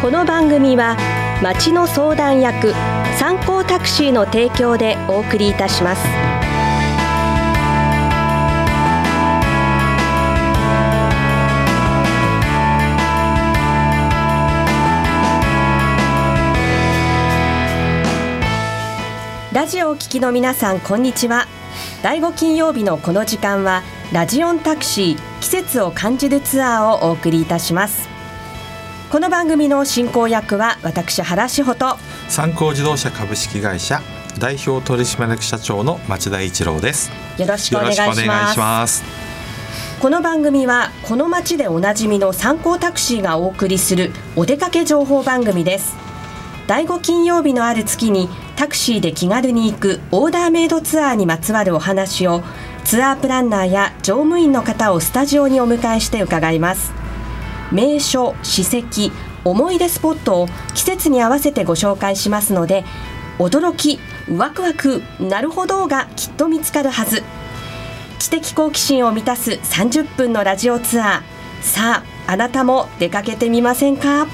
この番組は町の相談役三幸タクシーの提供でお送りいたします。ラジオをお聞きの皆さん、こんにちは。第5金曜日のこの時間はラジオンタクシー季節を感じるツアーをお送りいたします。この番組の進行役は私原志保と三幸自動車株式会社代表取締役社長の町田一郎です。 よろしくお願いします。この番組はこの町でおなじみの三幸タクシーがお送りするお出かけ情報番組です。第5金曜日のある月にタクシーで気軽に行くオーダーメイドツアーにまつわるお話をツアープランナーや乗務員の方をスタジオにお迎えして伺います。名所、史跡、思い出スポットを季節に合わせてご紹介しますので、驚き、ワクワク、なるほどがきっと見つかるはず。知的好奇心を満たす30分のラジオツアー。さあ、あなたも出かけてみませんか？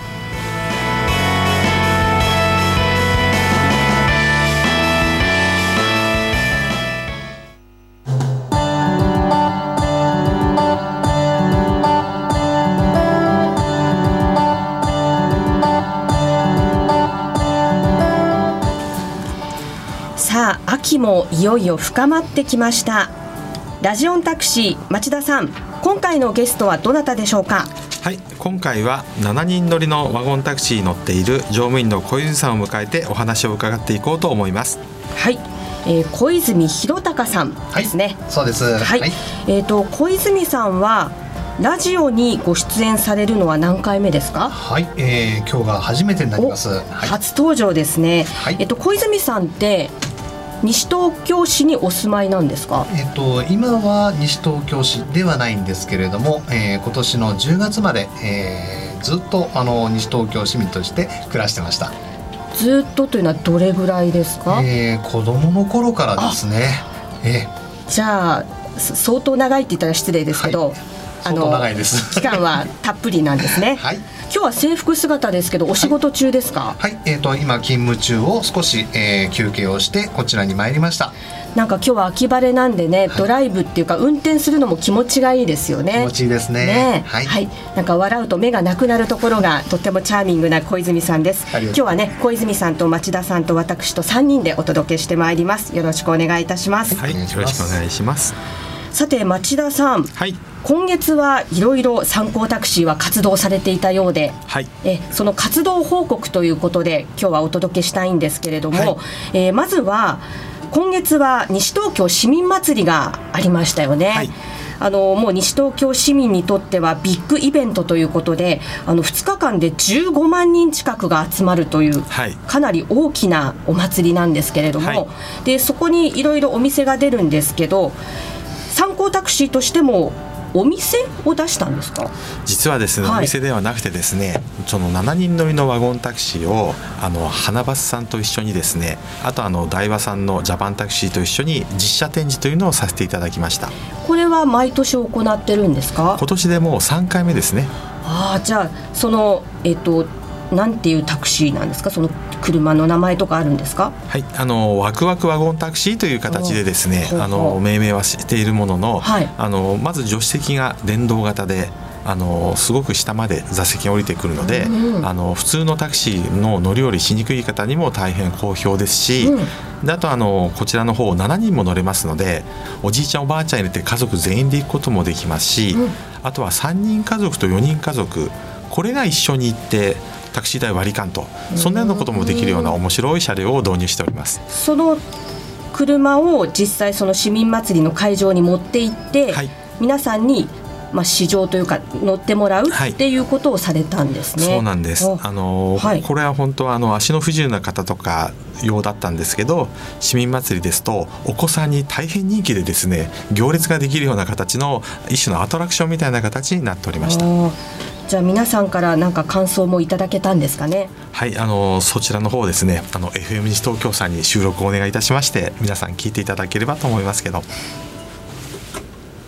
さあ、秋もいよいよ深まってきました。ラジオンタクシー、町田さん、今回のゲストはどなたでしょうか？ はい、今回は7人乗りのワゴンタクシーに乗っている乗務員の小泉さんを迎えてお話を伺っていこうと思います。 はい、小泉弘隆さんですね。 はい、そうです。 はい、小泉さんはラジオにご出演されるのは何回目ですか？ はい、今日が初めてになります。はい、 初登場ですね。はい、小泉さんって西東京市にお住まいなんですか？ 今は西東京市ではないんですけれども、今年の10月まで、ずっと西東京市民として暮らしてました。 ずっとというのはどれぐらいですか？ 子供の頃からですね。 じゃあ相当長いって言ったら失礼ですけど、はい、 相当長いです期間はたっぷりなんですね。はい、今日は制服姿ですけどお仕事中ですか？ はい、今勤務中を少し、休憩をしてこちらに参りました。 なんか今日は秋晴れなんでね、はい、ドライブっていうか運転するのも気持ちがいいですよね。 気持ちいいですね。はい、 はい、なんか笑うと目がなくなるところがとってもチャーミングな小泉さんです。今日はね、小泉さんと町田さんと私と3人でお届けしてまいります。よろしくお願いいたします。 はい、よろしくお願いします。 さて町田さん、 はい、 今月はいろいろ三幸タクシーは活動されていたようで、はい、その活動報告ということで今日はお届けしたいんですけれども、はい、まずは今月は西東京市民祭りがありましたよね。はい、もう西東京市民にとってはビッグイベントということで2日間で15万人近くが集まるという、はい、かなり大きなお祭りなんですけれども、はい、でそこにいろいろお店が出るんですけど、三幸タクシーとしてもお店を出したんですか？ 実はですね、はい、お店ではなくてですね、その7人乗りのワゴンタクシーを花バスさんと一緒にですね、あと大和さんのジャパンタクシーと一緒に実車展示というのをさせていただきました。 これは毎年行ってるんですか？ 今年でもう3回目ですね。 じゃあそのなんていうタクシーなんですか？その車の名前とかあるんですか？はい、 ワクワクワゴンタクシーという形でですね、命名はしているものの、はい、まず助手席が電動型ですごく下まで座席が降りてくるので、普通のタクシーの乗り降りしにくい方にも大変好評ですし、であとこちらの方7人も乗れますので、おじいちゃんおばあちゃん入れて家族全員で行くこともできますし、あとは3人家族と4人家族、これが一緒に行ってタクシー代割り勘と、そんなようなこともできるような面白い車両を導入しております。 その車を実際その市民祭りの会場に持って行って、はい、皆さんに試乗というか乗ってもらうっていうことをされたんですね。 はい、そうなんです。はい、これは本当は足の不自由な方とか用だったんですけど、市民祭りですとお子さんに大変人気でですね、行列ができるような形の一種のアトラクションみたいな形になっておりました。 じゃあ皆さんから何か感想もいただけたんですかね？ はい、そちらの方ですね、FM 西東京さんに収録をお願いいたしまして、皆さん聞いていただければと思いますけど、 なんか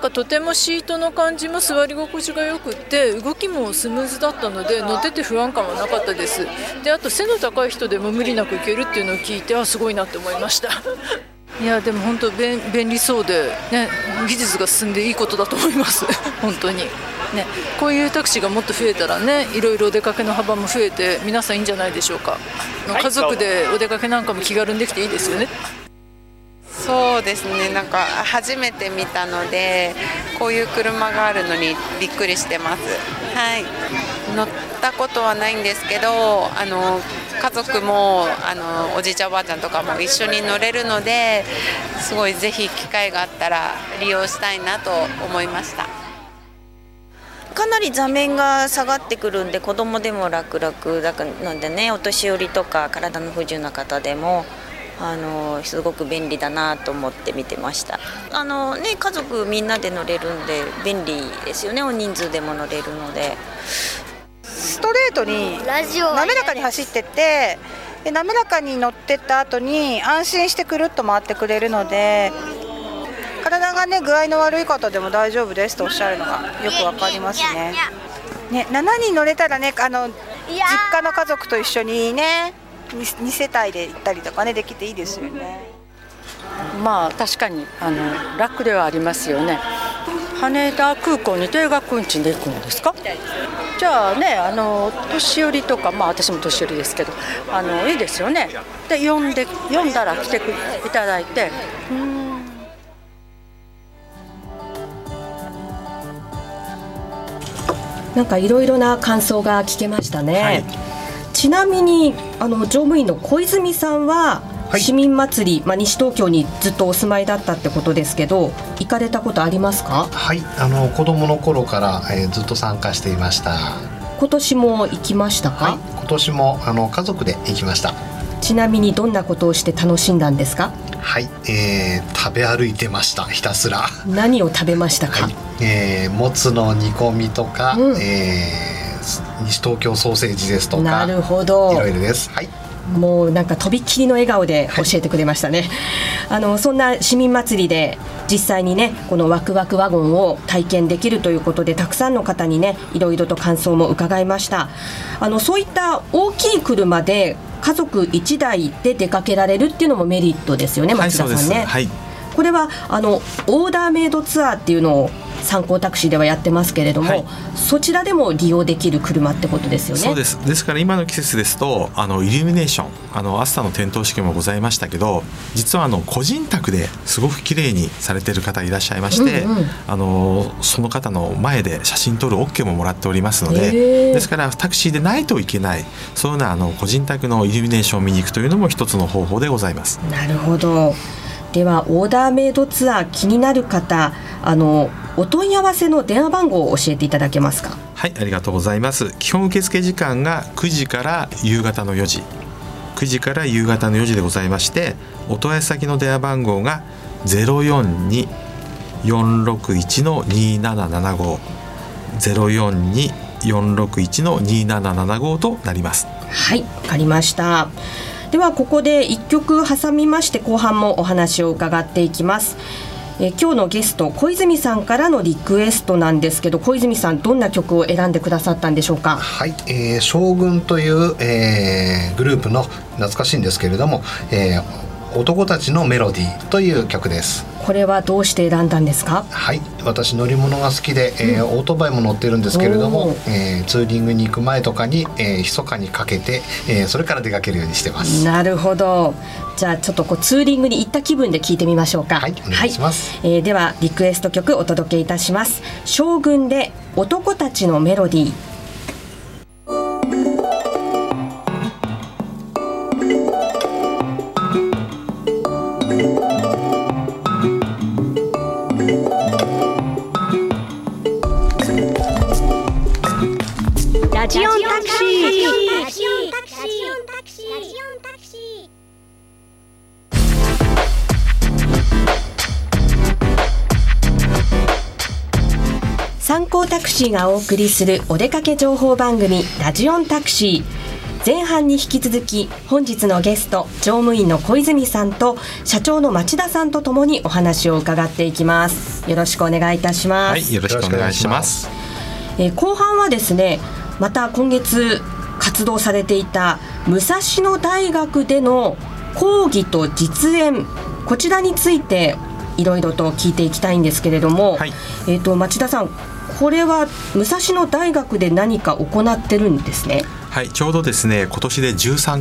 かとてもシートの感じも座り心地がよくって動きもスムーズだったので乗ってて不安感はなかったです。であと背の高い人でも無理なく行けるっていうのを聞いてすごいなって思いましたいやでも本当便利そうで、ね、技術が進んでいいことだと思います本当に、ね、こういうタクシーがもっと増えたらね、いろいろお出かけの幅も増えて皆さんいいんじゃないでしょうか。家族でお出かけなんかも気軽にできていいですよね。 そうですね、なんか初めて見たのでこういう車があるのにびっくりしてます。はい、乗ったことはないんですけど家族もおじいちゃんおばあちゃんとかも一緒に乗れるので、すごいぜひ機会があったら利用したいなと思いました。 かなり座面が下がってくるんで子供でも楽々だのでね、お年寄りとか体の不自由な方でもすごく便利だなと思って見てました。家族みんなで乗れるんで便利ですよね。大人数でも乗れるのでストレートに滑らかに走ってって滑らかに乗ってった後に安心してくるっと回ってくれるので、体がね具合の悪い方でも大丈夫ですとおっしゃるのがよくわかりますね。7人乗れたらね実家の家族と一緒にね2世帯で行ったりとかねできていいですよね。 まあ確かに楽ではありますよね。羽田空港に定額運賃で行くんですか？じゃあね年寄りとか私も年寄りですけどいいですよね。で呼んだら来ていただいてなんかいろいろな感想が聞けましたね。はい、ちなみに乗務員の小泉さんは、市民祭り、西東京にずっとお住まいだったってことですけど、行かれたことありますか？ はい、子供の頃から、ずっと参加していました。 今年も行きましたか？ はい、今年も家族で行きました。 ちなみにどんなことをして楽しんだんですか？ はい、食べ歩いてました。ひたすら何を食べましたか？ もつの煮込みとか、西東京ソーセージですとか。 なるほど、 いろいろです。はい、 もうなんかとびっきりの笑顔で教えてくれましたね。そんな市民祭りで実際にねこのワクワクワゴンを体験できるということで、たくさんの方にねいろいろと感想も伺いました。そういった大きい車で家族1台で出かけられるっていうのもメリットですよね、町田さんね。はい、これはオーダーメイドツアーっていうのを参考タクシーではやってますけれども、そちらでも利用できる車ってことですよね。 そうです。ですから今の季節ですとイルミネーションアスタの点灯式もございましたけど、実は個人宅ですごく綺麗にされている方いらっしゃいまして、その方の前で写真撮る OK ももらっておりますので、ですからタクシーでないといけない、そういうような個人宅のイルミネーションを見に行くというのも一つの方法でございます。 なるほど。ではオーダーメイドツアー気になる方お問い合わせの電話番号を教えていただけますか？ はい、ありがとうございます。基本受付時間が9時から夕方の4時9時から夕方の4時でございまして、お問い合わせ先の電話番号が 042-461-2775 042-461-2775 となります。 はい、わかりました。ではここで1曲挟みまして後半もお話を伺っていきます。今日のゲスト小泉さんからのリクエストなんですけど、小泉さんどんな曲を選んでくださったんでしょうか？ はい、将軍という、グループの懐かしいんですけれども、男たちのメロディーという曲です。 これはどうして選んだんですか？ はい、私乗り物が好きで、オートバイも乗ってるんですけれども、ツーリングに行く前とかに、密かにかけて、それから出かけるようにしてます。 なるほど。じゃあちょっとツーリングに行った気分で聞いてみましょうか。 はい、お願いします。 ではリクエスト曲お届けいたします。将軍で男たちのメロディー。 ラジオンタクシー。 参考タクシーがお送りするお出かけ情報番組ラジオンタクシー。 前半に引き続き本日のゲスト乗務員の小泉さんと社長の町田さんとともにお話を伺っていきます。よろしくお願いいたします。 はい、よろしくお願いします。 後半はですね、また今月活動されていた武蔵野大学での講義と実演、こちらについていろいろと聞いていきたいんですけれども、はい、町田さん、これは武蔵野大学で何か行ってるんですね。 はい、ちょうどですね、今年で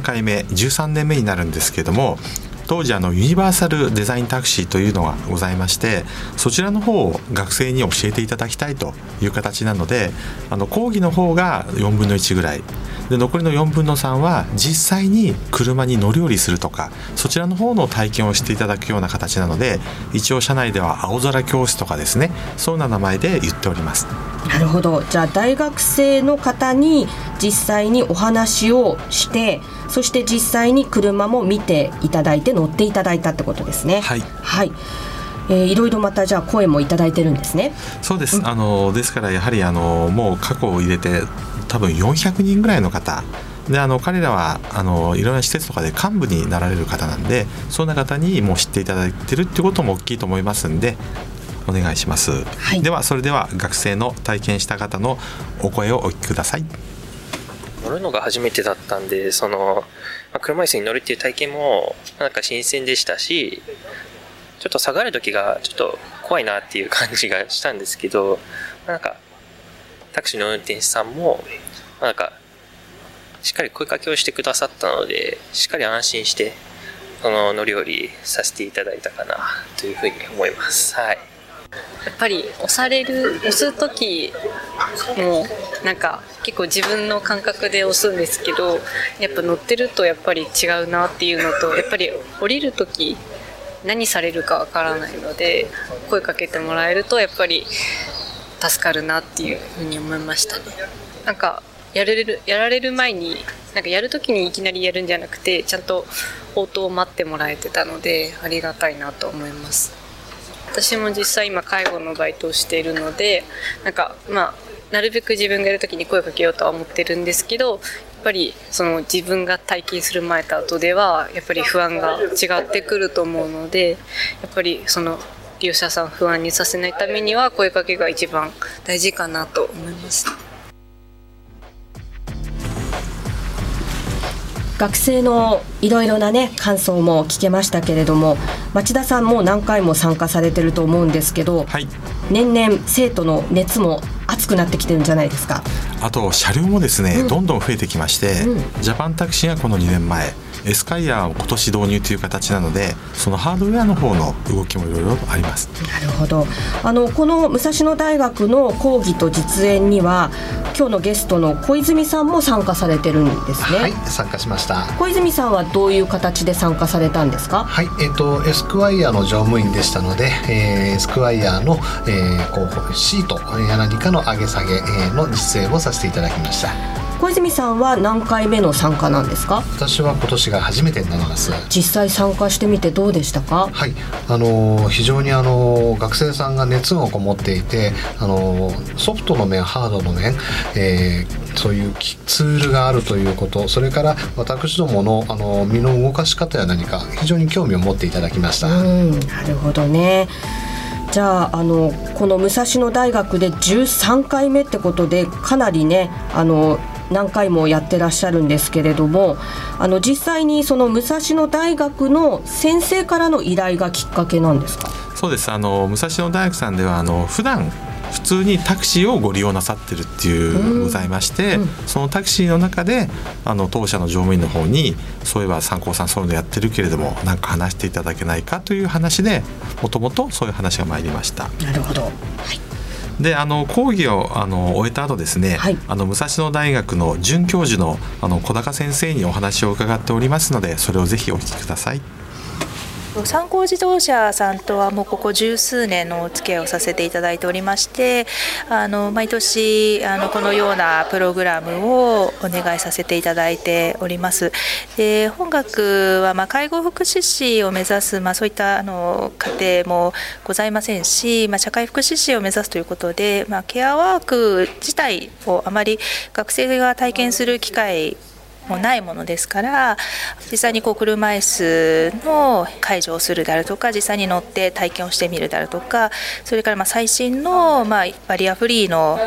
13年目になるんですけれども、当時ユニバーサルデザインタクシーというのがございまして、そちらの方を学生に教えていただきたいという形なので、講義の方が4分の1ぐらいで、残りの4分の3は実際に車に乗り降りするとか、そちらの方の体験をしていただくような形なので、一応社内では青空教室とかですね、そんな名前で言っております。 なるほど。じゃあ大学生の方に実際にお話をして、そして実際に車も見ていただいて乗っていただいたってことですね。 はい、 はい。いろいろまたじゃあ声もいただいてるんですね。 そうです、ですからやはりもう過去を入れて多分400人ぐらいの方で、彼らはいろんな施設とかで幹部になられる方なんで、そんな方にもう知っていただいてるってことも大きいと思いますんで、お願いします。はい、それでは学生の体験した方のお声をお聞きください。 乗るのが初めてだったんで、車椅子に乗るっていう体験もなんか新鮮でしたし、ちょっと下がる時がちょっと怖いなっていう感じがしたんですけど、なんかタクシーの運転手さんもなんかしっかり声かけをしてくださったので、しっかり安心して乗り降りさせていただいたかなというふうに思います。はい。 やっぱり押す時もなんか結構自分の感覚で押すんですけど、やっぱ乗ってるとやっぱり違うなっていうのと、やっぱり降りる時何されるかわからないので、声かけてもらえるとやっぱり助かるなっていうふうに思いましたね。なんかやられる前に、なんかやる時にいきなりやるんじゃなくて、ちゃんと応答を待ってもらえてたのでありがたいなと思います。私も実際今介護のバイトをしているので、なんかなるべく自分がやるときに声をかけようとは思ってるんですけど、やっぱり自分が体験する前と後ではやっぱり不安が違ってくると思うので、やっぱり利用者さん不安にさせないためには声かけが一番大事かなと思います。 学生のいろいろなね感想も聞けましたけれども、町田さんも何回も参加されてると思うんですけど、 はい、 年々生徒の熱も熱くなってきてるんじゃないですか。 あと車両もですね、どんどん増えてきまして、ジャパンタクシーがこの2年前、エスカイアを今年導入という形なので、そのハードウェアの方の動きもいろいろあります。 なるほど。この武蔵野大学の講義と実演には今日のゲストの小泉さんも参加されてるんですね。 はい、参加しました。 小泉さんはどういう形で参加されたんですか。 はい、エスクワイアの乗務員でしたので、エスクワイアの、シートや何かの上げ下げの実演をさせていただきました。 小泉さんは何回目の参加なんですか。 私は今年が初めてになります。 実際参加してみてどうでしたか。 はい、非常に学生さんが熱がこもっていて、ソフトの面ハードの面、そういうツールがあるということ、それから私どもの身の動かし方や何か非常に興味を持っていただきました。 なるほどね。じゃあ、この武蔵野大学で13回目ってことで、かなりね何回もやってらっしゃるんですけれども、実際にその武蔵野大学の先生からの依頼がきっかけなんですか。 そうです。武蔵野大学さんでは普通にタクシーをご利用なさってるっていうございまして、そのタクシーの中で当社の乗務員の方に、そういえば三幸さんそういうのやってるけれどもなんか話していただけないかという話で、もともとそういう話が参りました。 なるほど。はいで講義を終えた後ですね、はい、武蔵野大学の准教授の小高先生にお話を伺っておりますので、それをぜひお聞きください。 三幸自動車さんとはもうここ十数年のお付き合いをさせていただいておりまして、毎年このようなプログラムをお願いさせていただいております。で、本学は介護福祉士を目指す、そういった家庭もございませんし、社会福祉士を目指すということで、ケアワーク自体をあまり学生が体験する機会もないものですから、実際に車椅子の介助をするであるとか、実際に乗って体験をしてみるであるとか、それから最新のバリアフリーの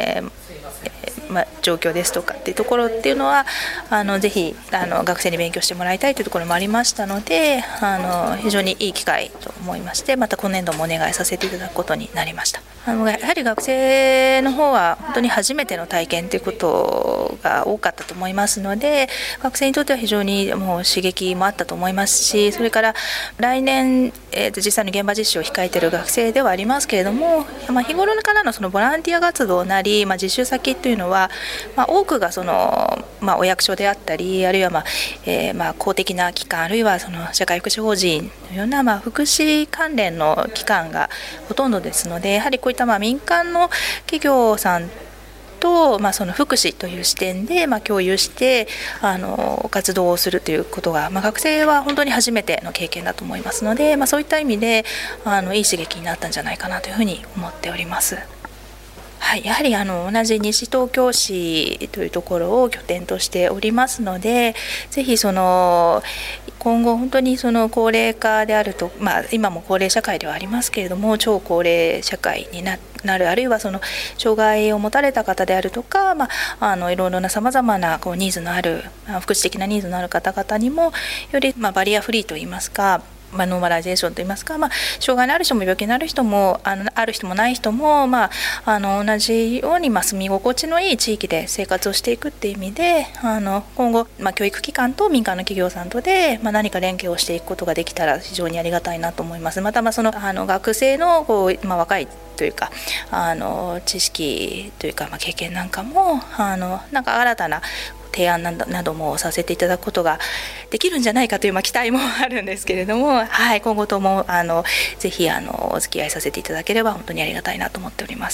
状況ですとかっていうところっていうのはぜひ学生に勉強してもらいたいというところもありましたので、非常にいい機会と思いまして、また今年度もお願いさせていただくことになりました。やはり学生の方は本当に初めての体験ということが多かったと思いますので、学生にとっては非常にもう刺激もあったと思いますし、それから来年、実際の現場実習を控えている学生ではありますけれども、日頃からのそのボランティア活動なり、実習先というのは、多くがお役所であったり、あるいは公的な機関、あるいは社会福祉法人のような福祉関連の機関がほとんどですので、やはりこういった民間の企業さんと、その福祉という視点で共有して活動をするということが、学生は本当に初めての経験だと思いますので、そういった意味でいい刺激になったんじゃないかなというふうに思っております。はい、やはり同じ西東京市というところを拠点としておりますので、ぜひ今後本当に高齢化であると、今も高齢社会ではありますけれども、超高齢社会になる、あるいは障害を持たれた方であるとか、いろいろなさまざまなニーズのある福祉的なニーズのある方々にもよりバリアフリーといいますか、ノーマライゼーションといいますか、障害のある人も病気のある人もある人もない人も、同じように住み心地のいい地域で生活をしていくっていう意味で、今後、教育機関と民間の企業さんとで、何か連携をしていくことができたら非常にありがたいなと思います。また学生の若いというか知識というか経験なんかもなんか新たな提案などもさせていただくことができるんじゃないかという期待もあるんですけれども、今後ともぜひお付き合いさせていただければ本当にありがたいなと思っております。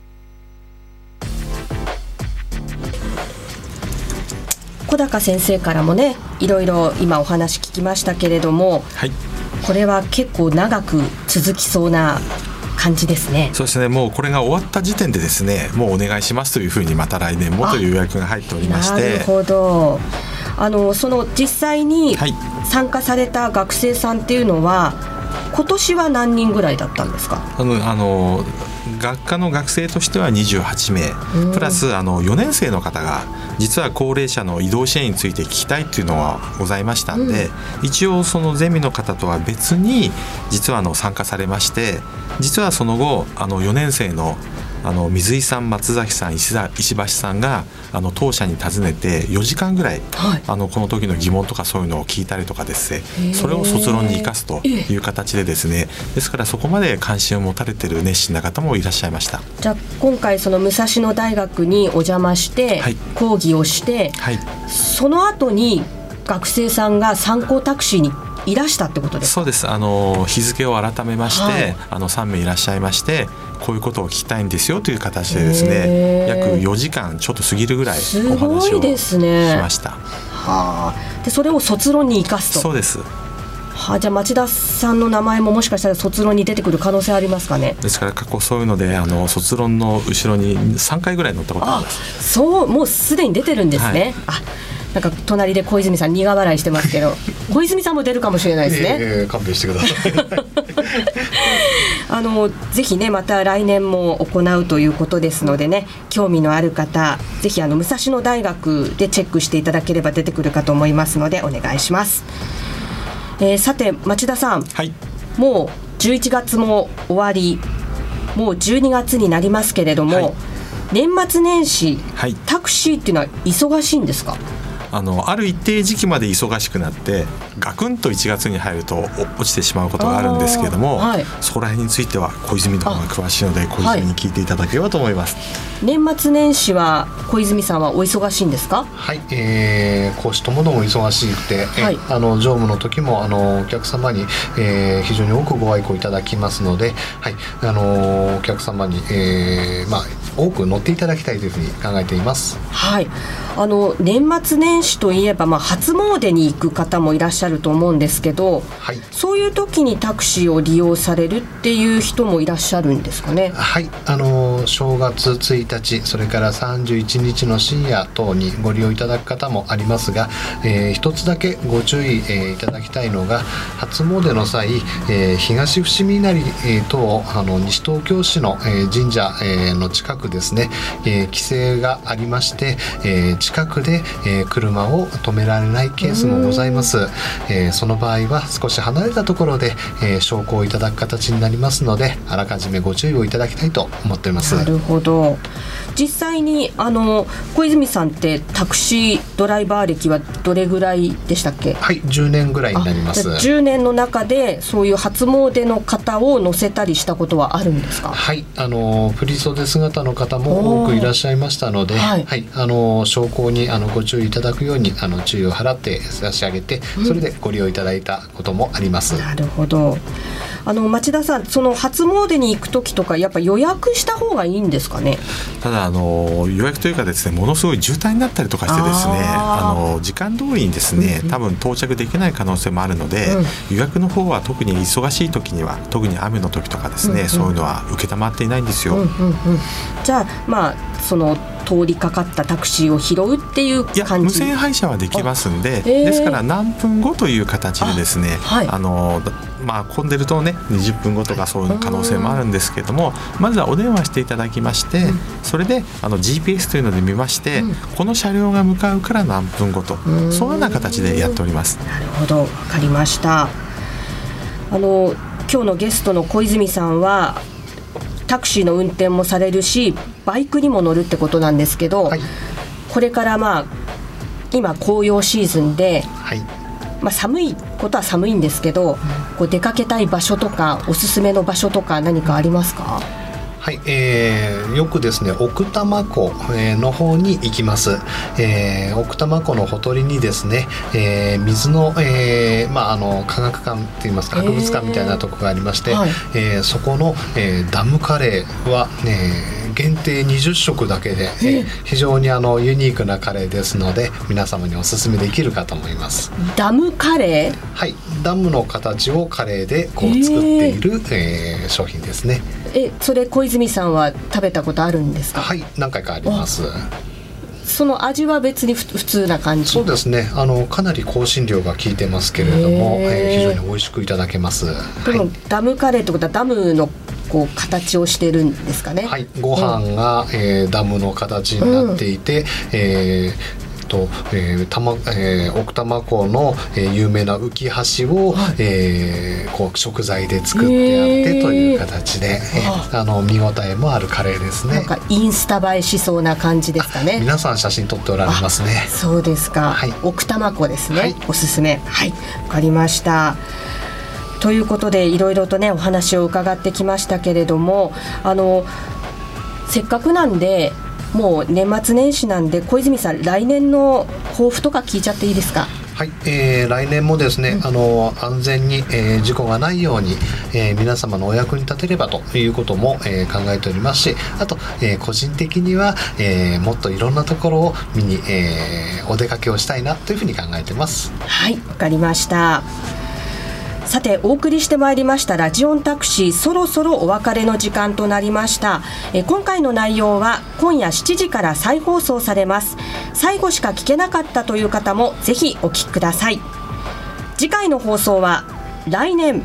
小高先生からもね、いろいろ今お話聞きましたけれども、これは結構長く続きそうな感じですね。 そうですね、もうこれが終わった時点でですね、もうお願いしますというふうにまた来年もという予約が入っておりまして。 なるほど。実際に参加された学生さんっていうのは、今年は何人ぐらいだったんですか？ 学科の学生としては28名プラス4年生の方が実は高齢者の移動支援について聞きたいっていうのはございましたんで、一応そのゼミの方とは別に実は参加されまして、実はその後4年生の水井さん、松崎さん、石橋さんが当社に訪ねて4時間ぐらい、この時の疑問とかそういうのを聞いたりとかですね、それを卒論に生かすという形でですね、ですからそこまで関心を持たれている熱心な方もいらっしゃいました。 じゃあ今回武蔵野大学にお邪魔して講義をして、その後に学生さんが参考タクシーにいらしたってことですか？ そうです。日付を改めまして、3名いらっしゃいまして、こういうことを聞きたいんですよという形でですね、約4時間ちょっと過ぎるぐらいお話をしました。 でそれを卒論に生かすと。 そうです。 じゃあ町田さんの名前ももしかしたら卒論に出てくる可能性ありますかね？ ですから過去そういうので卒論の後ろに3回ぐらい載ったことあります。 そう、もうすでに出てるんですね。なんか隣で小泉さん苦笑いしてますけど小泉さんも出るかもしれないですね。 勘弁してください。ぜひね、また来年も行うということですのでね、興味のある方ぜひ武蔵野大学でチェックしていただければ出てくるかと思いますのでお願いします。さて町田さん、もう11月も終わり、もう12月になりますけれども、年末年始、タクシーっていうのは忙しいんですか？ ある一定時期まで忙しくなってガクンと1月に入ると落ちてしまうことがあるんですけれども、そこら辺については小泉の方が詳しいので小泉に聞いていただければと思います。 年末年始は小泉さんはお忙しいんですか？ はい、講師ともども忙しくて、乗務の時もお客様に、非常に多くご愛顧いただきますので、お客様に、 多く乗っていただきたいというふうに考えています。 はい、年末年始といえば、初詣に行く方もいらっしゃると思うんですけど、はい、そういう時にタクシーを利用されるっていう人もいらっしゃるんですかね。 はい、正月1日それから31日の深夜等にご利用いただく方もありますが、一つだけご注意、いただきたいのが、初詣の際、東伏見稲荷、等西東京市の、神社、の近くですね、規制がありまして、近くで、車を止められないケースもございます。その場合は少し離れたところで、昇降いただく形になりますので、あらかじめご注意をいただきたいと思っています。 なるほど。実際に小泉さんってタクシードライバー歴はどれぐらいでしたっけ？ はい、10年ぐらいになります。 10年の中でそういう初詣の方を乗せたりしたことはあるんですか？ はい、振り袖姿の方も多くいらっしゃいましたので、はいはい、昇降にご注意いただくように注意を払って差し上げて、それでご利用いただいたこともあります。 なるほど。町田さん、その初詣に行く時とかやっぱ予約した方がいいんですかね？ ただ予約というかですね、ものすごい渋滞になったりとかしてですね、時間通りにですね、多分到着できない可能性もあるので、予約の方は特に忙しい時には、特に雨の時とかですね、そういうのは受けたまっていないんですよ。 じゃあその通りかかったタクシーを拾うっていう感じ？いや、 無線配車はできますんで、ですから何分後という形でですね、はい、混んでるとね20分後とかそういう可能性もあるんですけども、まずはお電話していただきまして、それでGPS というので見まして、この車両が向かうから何分後と、そういうような形でやっております。 なるほど、わかりました。今日のゲストの小泉さんはタクシーの運転もされるし、バイクにも乗るってことなんですけど、はい、これから今紅葉シーズンで、はい、寒いことは寒いんですけど、出かけたい場所とかおすすめの場所とか何かありますか？ はい、よくですね奥多摩湖の方に行きます。奥多摩湖のほとりにですね、水の、科学館といいますか博物館みたいなところがありまして、はい、そこの、ダムカレーは、限定20食だけで、非常にユニークなカレーですので、皆様にお勧めできるかと思います。 ダムカレー？ はい、ダムの形をカレーで作っている、商品ですね。 それ小泉さんは食べたことあるんですか？ はい、何回かあります。 その味は別に普通な感じ？ そうですね、かなり香辛料が効いてますけれども、非常に美味しくいただけます。 でも、ダムカレーってことはダムの形をしてるんですかね？はい、 ご飯が、ダムの形になっていて、奥多摩湖の、有名な浮き橋を、食材で作ってあってという形で、見応えもあるカレーですね。 なんかインスタ映えしそうな感じですかね。 皆さん写真撮っておられますね。 そうですか、はい、奥多摩湖ですね、はい、おすすめ。はい、わかりました。ということでいろいろとねお話を伺ってきましたけれども、せっかくなんでもう年末年始なんで、小泉さん来年の抱負とか聞いちゃっていいですか？ はい、来年もですね、安全に、事故がないように、皆様のお役に立てればということも、考えておりますし、あと、個人的には、もっといろんなところを見に、お出かけをしたいなというふうに考えてます。 はい、わかりました。さてお送りしてまいりましたラジオンタクシー、そろそろお別れの時間となりました。今回の内容は今夜7時から再放送されます。最後しか聞けなかったという方もぜひお聞きください。次回の放送は来年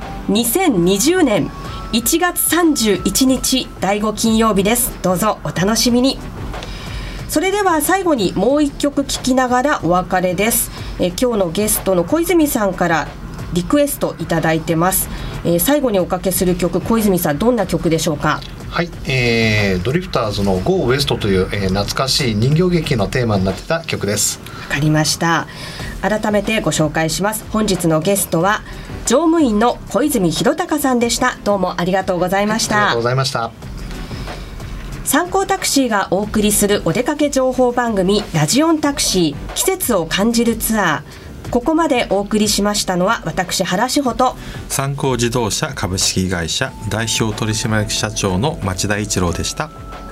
2020年1月31日第5金曜日です。どうぞお楽しみに。それでは最後にもう一曲聴きながらお別れです。今日のゲストの小泉さんからリクエストいただいてます。最後におかけする曲、小泉さんどんな曲でしょうか？ はい、ドリフターズの Go West という、懐かしい人形劇のテーマになってた曲です。 わかりました。改めてご紹介します。本日のゲストは乗務員の小泉弘隆さんでした。どうもありがとうございました。 ありがとうございました。 参考タクシーがお送りするお出かけ情報番組ラジオンタクシー、季節を感じるツアー。ここまでお送りしましたのは私原志保と、 参考自動車株式会社代表取締役社長の町田一郎でした。